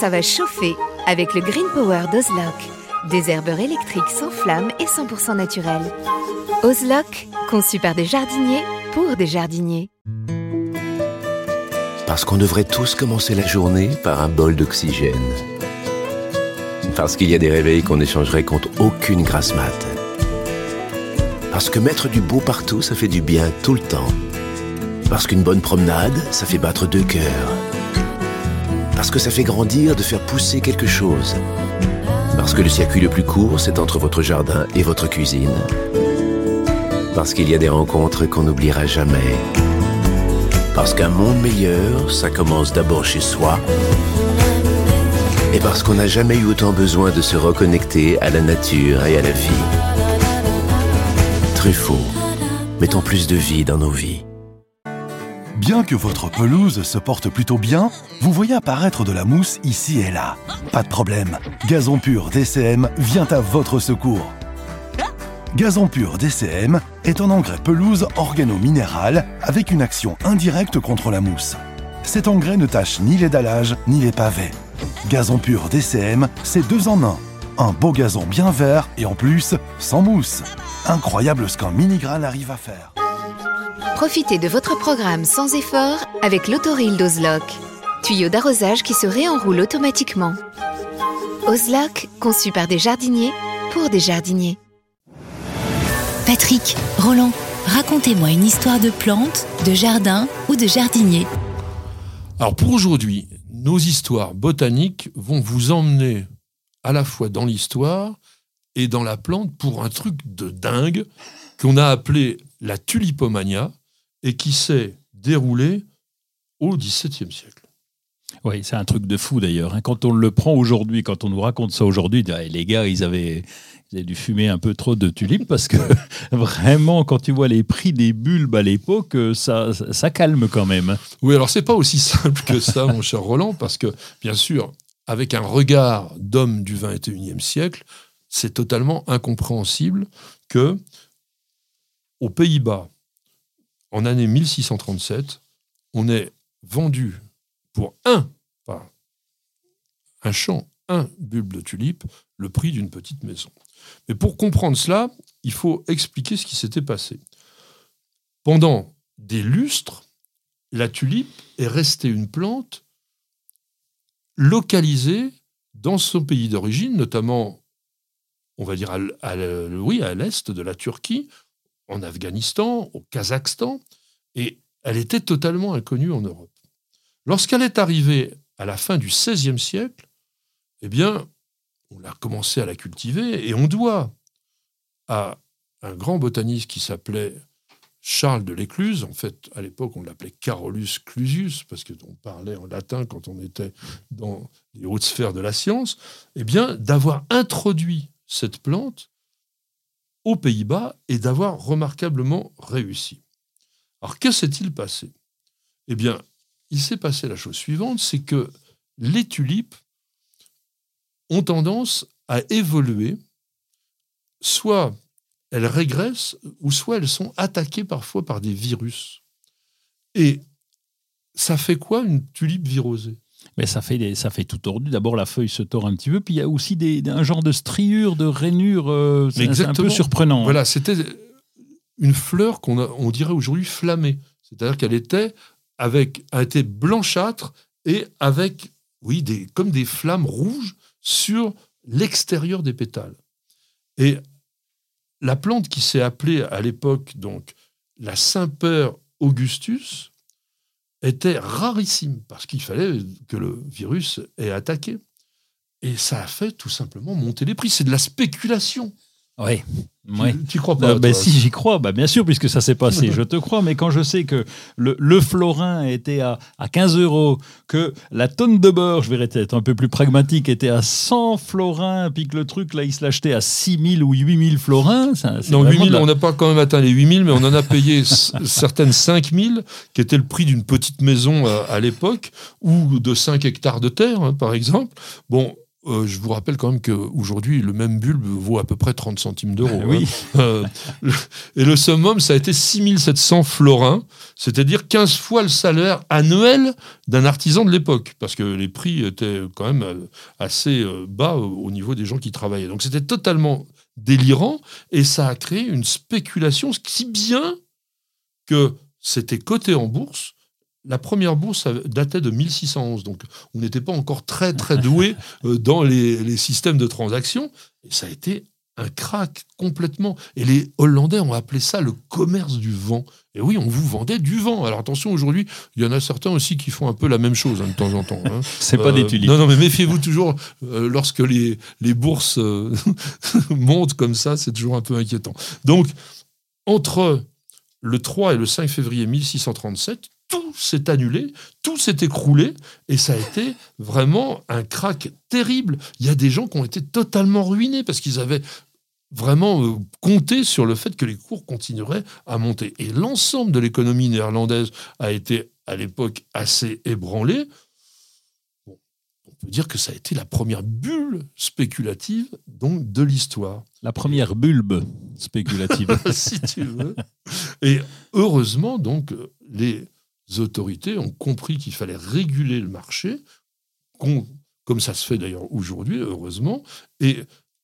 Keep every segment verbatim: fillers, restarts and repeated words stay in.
ça va chauffer avec le Green Power d'Ozlock. Des herbeurs électriques sans flamme et cent pour cent naturels. Ozlock, conçu par des jardiniers pour des jardiniers. Parce qu'on devrait tous commencer la journée par un bol d'oxygène. Parce qu'il y a des réveils qu'on échangerait contre aucune grasse mat. Parce que mettre du beau partout, ça fait du bien tout le temps. Parce qu'une bonne promenade, ça fait battre deux cœurs. Parce que ça fait grandir de faire pousser quelque chose. Parce que le circuit le plus court, c'est entre votre jardin et votre cuisine. Parce qu'il y a des rencontres qu'on n'oubliera jamais. Parce qu'un monde meilleur, ça commence d'abord chez soi. Et parce qu'on n'a jamais eu autant besoin de se reconnecter à la nature et à la vie. Truffaut, mettons plus de vie dans nos vies. Bien que votre pelouse se porte plutôt bien, vous voyez apparaître de la mousse ici et là. Pas de problème, Gazon Pur D C M vient à votre secours. Gazon Pur D C M est un engrais pelouse organo-minéral avec une action indirecte contre la mousse. Cet engrais ne tâche ni les dallages ni les pavés. Gazon Pur D C M, c'est deux en un. Un beau gazon bien vert et en plus, sans mousse. Incroyable ce qu'un mini-grain arrive à faire. Profitez de votre programme sans effort avec l'autoril d'Ozlock. Tuyau d'arrosage qui se réenroule automatiquement. Ozlock, conçu par des jardiniers pour des jardiniers. Patrick, Roland, racontez-moi une histoire de plantes, de jardin ou de jardinier. Alors pour aujourd'hui, nos histoires botaniques vont vous emmener à la fois dans l'histoire et dans la plante pour un truc de dingue qu'on a appelé la tulipomania et qui s'est déroulé au dix-septième siècle. Oui, c'est un truc de fou d'ailleurs. Quand on le prend aujourd'hui, quand on nous raconte ça aujourd'hui, les gars, ils avaient, ils avaient dû fumer un peu trop de tulipes parce que vraiment, quand tu vois les prix des bulbes à l'époque, ça, ça calme quand même. Oui, alors c'est pas aussi simple que ça, mon cher Roland, parce que bien sûr, avec un regard d'homme du vingt et unième siècle, c'est totalement incompréhensible que aux Pays-Bas, en année mille six cent trente-sept, on ait vendu pour un, pas un champ, un bulbe de tulipe, le prix d'une petite maison. Mais pour comprendre cela, il faut expliquer ce qui s'était passé. Pendant des lustres, la tulipe est restée une plante localisée dans son pays d'origine, notamment, on va dire, à, à, oui, à l'est de la Turquie, en Afghanistan, au Kazakhstan, et elle était totalement inconnue en Europe. Lorsqu'elle est arrivée à la fin du seizième siècle, eh bien, on a commencé à la cultiver, et on doit à un grand botaniste qui s'appelait Charles de l'Écluse, en fait, à l'époque, on l'appelait Carolus Clusius, parce qu'on parlait en latin quand on était dans les hautes sphères de la science, eh bien, d'avoir introduit cette plante aux Pays-Bas et d'avoir remarquablement réussi. Alors, que s'est-il passé ? Eh bien, il s'est passé la chose suivante, c'est que les tulipes ont tendance à évoluer, soit elles régressent, ou soit elles sont attaquées parfois par des virus. Et ça fait quoi une tulipe virosée ? Mais ça fait, des, ça fait tout tordu. D'abord, la feuille se tord un petit peu, puis il y a aussi des, un genre de striure, de rainure. Euh, c'est, c'est un peu surprenant. Voilà, c'était une fleur qu'on a, on dirait aujourd'hui flammée. C'est-à-dire qu'elle était, avec, elle était blanchâtre et avec, oui, des, comme des flammes rouges sur l'extérieur des pétales. Et la plante qui s'est appelée à l'époque donc la Saint-Père Augustus était rarissime parce qu'il fallait que le virus ait attaqué. Et ça a fait tout simplement monter les prix. C'est de la spéculation. Oui. Tu, ouais. tu crois pas, euh, bah, si, j'y crois, bah, bien sûr, puisque ça s'est passé, je te crois, mais quand je sais que le, le florin était à, à quinze euros, que la tonne de beurre, je vais être un peu plus pragmatique, était à cent florins, puis que le truc, là, il se l'achetait à six mille ou huit mille florins. Ça, c'est non, huit mille, la... on n'a pas quand même atteint les huit mille, mais on en a payé certaines cinq mille, qui était le prix d'une petite maison à, à l'époque, ou de cinq hectares de terre, hein, par exemple. Bon, Euh, je vous rappelle quand même qu'aujourd'hui, le même bulbe vaut à peu près trente centimes d'euros. Ah, oui. Hein. Euh, et le summum, ça a été six mille sept cents florins, c'est-à-dire quinze fois le salaire annuel d'un artisan de l'époque, parce que les prix étaient quand même assez bas au niveau des gens qui travaillaient. Donc c'était totalement délirant, et ça a créé une spéculation, si bien que c'était coté en bourse. La première bourse datait de mille six cent onze, donc on n'était pas encore très très doué dans les, les systèmes de transactions. Et ça a été un crack complètement. Et les Hollandais ont appelé ça le commerce du vent. Et oui, on vous vendait du vent. Alors attention, aujourd'hui, il y en a certains aussi qui font un peu la même chose hein, de temps en temps. Hein. C'est euh, pas des tulipes. Non, non, mais méfiez-vous toujours euh, lorsque les, les bourses euh, montent comme ça, c'est toujours un peu inquiétant. Donc, entre le trois et le cinq février mille six cent trente-sept, tout s'est annulé, tout s'est écroulé, et ça a été vraiment un crack terrible. Il y a des gens qui ont été totalement ruinés parce qu'ils avaient vraiment euh, compté sur le fait que les cours continueraient à monter. Et l'ensemble de l'économie néerlandaise a été, à l'époque, assez ébranlé. Bon, on peut dire que ça a été la première bulle spéculative donc, de l'histoire. La première bulbe spéculative. Si tu veux. Et heureusement, donc, les autorités ont compris qu'il fallait réguler le marché, comme ça se fait d'ailleurs aujourd'hui, heureusement. Et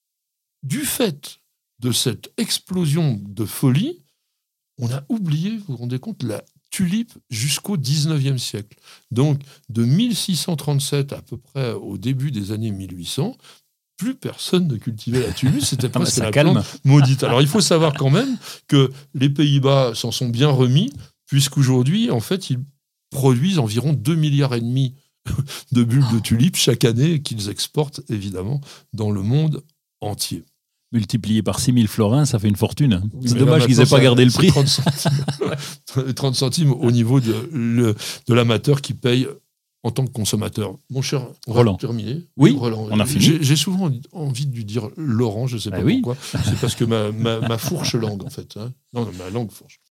du fait de cette explosion de folie, on a oublié, vous vous rendez compte, la tulipe jusqu'au dix-neuvième siècle. Donc, de mille six cent trente-sept à peu près au début des années mille huit cents, plus personne ne cultivait la tulipe, c'était presque la calme. plante maudite. Alors, il faut savoir quand même que les Pays-Bas s'en sont bien remis, puisqu'aujourd'hui, en fait, ils produisent environ deux milliards et demi de bulbes de tulipes chaque année qu'ils exportent, évidemment, dans le monde entier. Multiplié par six mille florins, ça fait une fortune. Oui, c'est dommage qu'ils n'aient pas gardé le prix. trente centimes, trente centimes au niveau de, le, de l'amateur qui paye en tant que consommateur. Mon cher, on Roland. va terminer. Oui, Roland. on a fini. J'ai, j'ai souvent envie de lui dire Laurent, je ne sais pas ah oui. pourquoi. C'est parce que ma, ma, ma fourche langue, en fait. Hein. Non, non, ma langue fourche.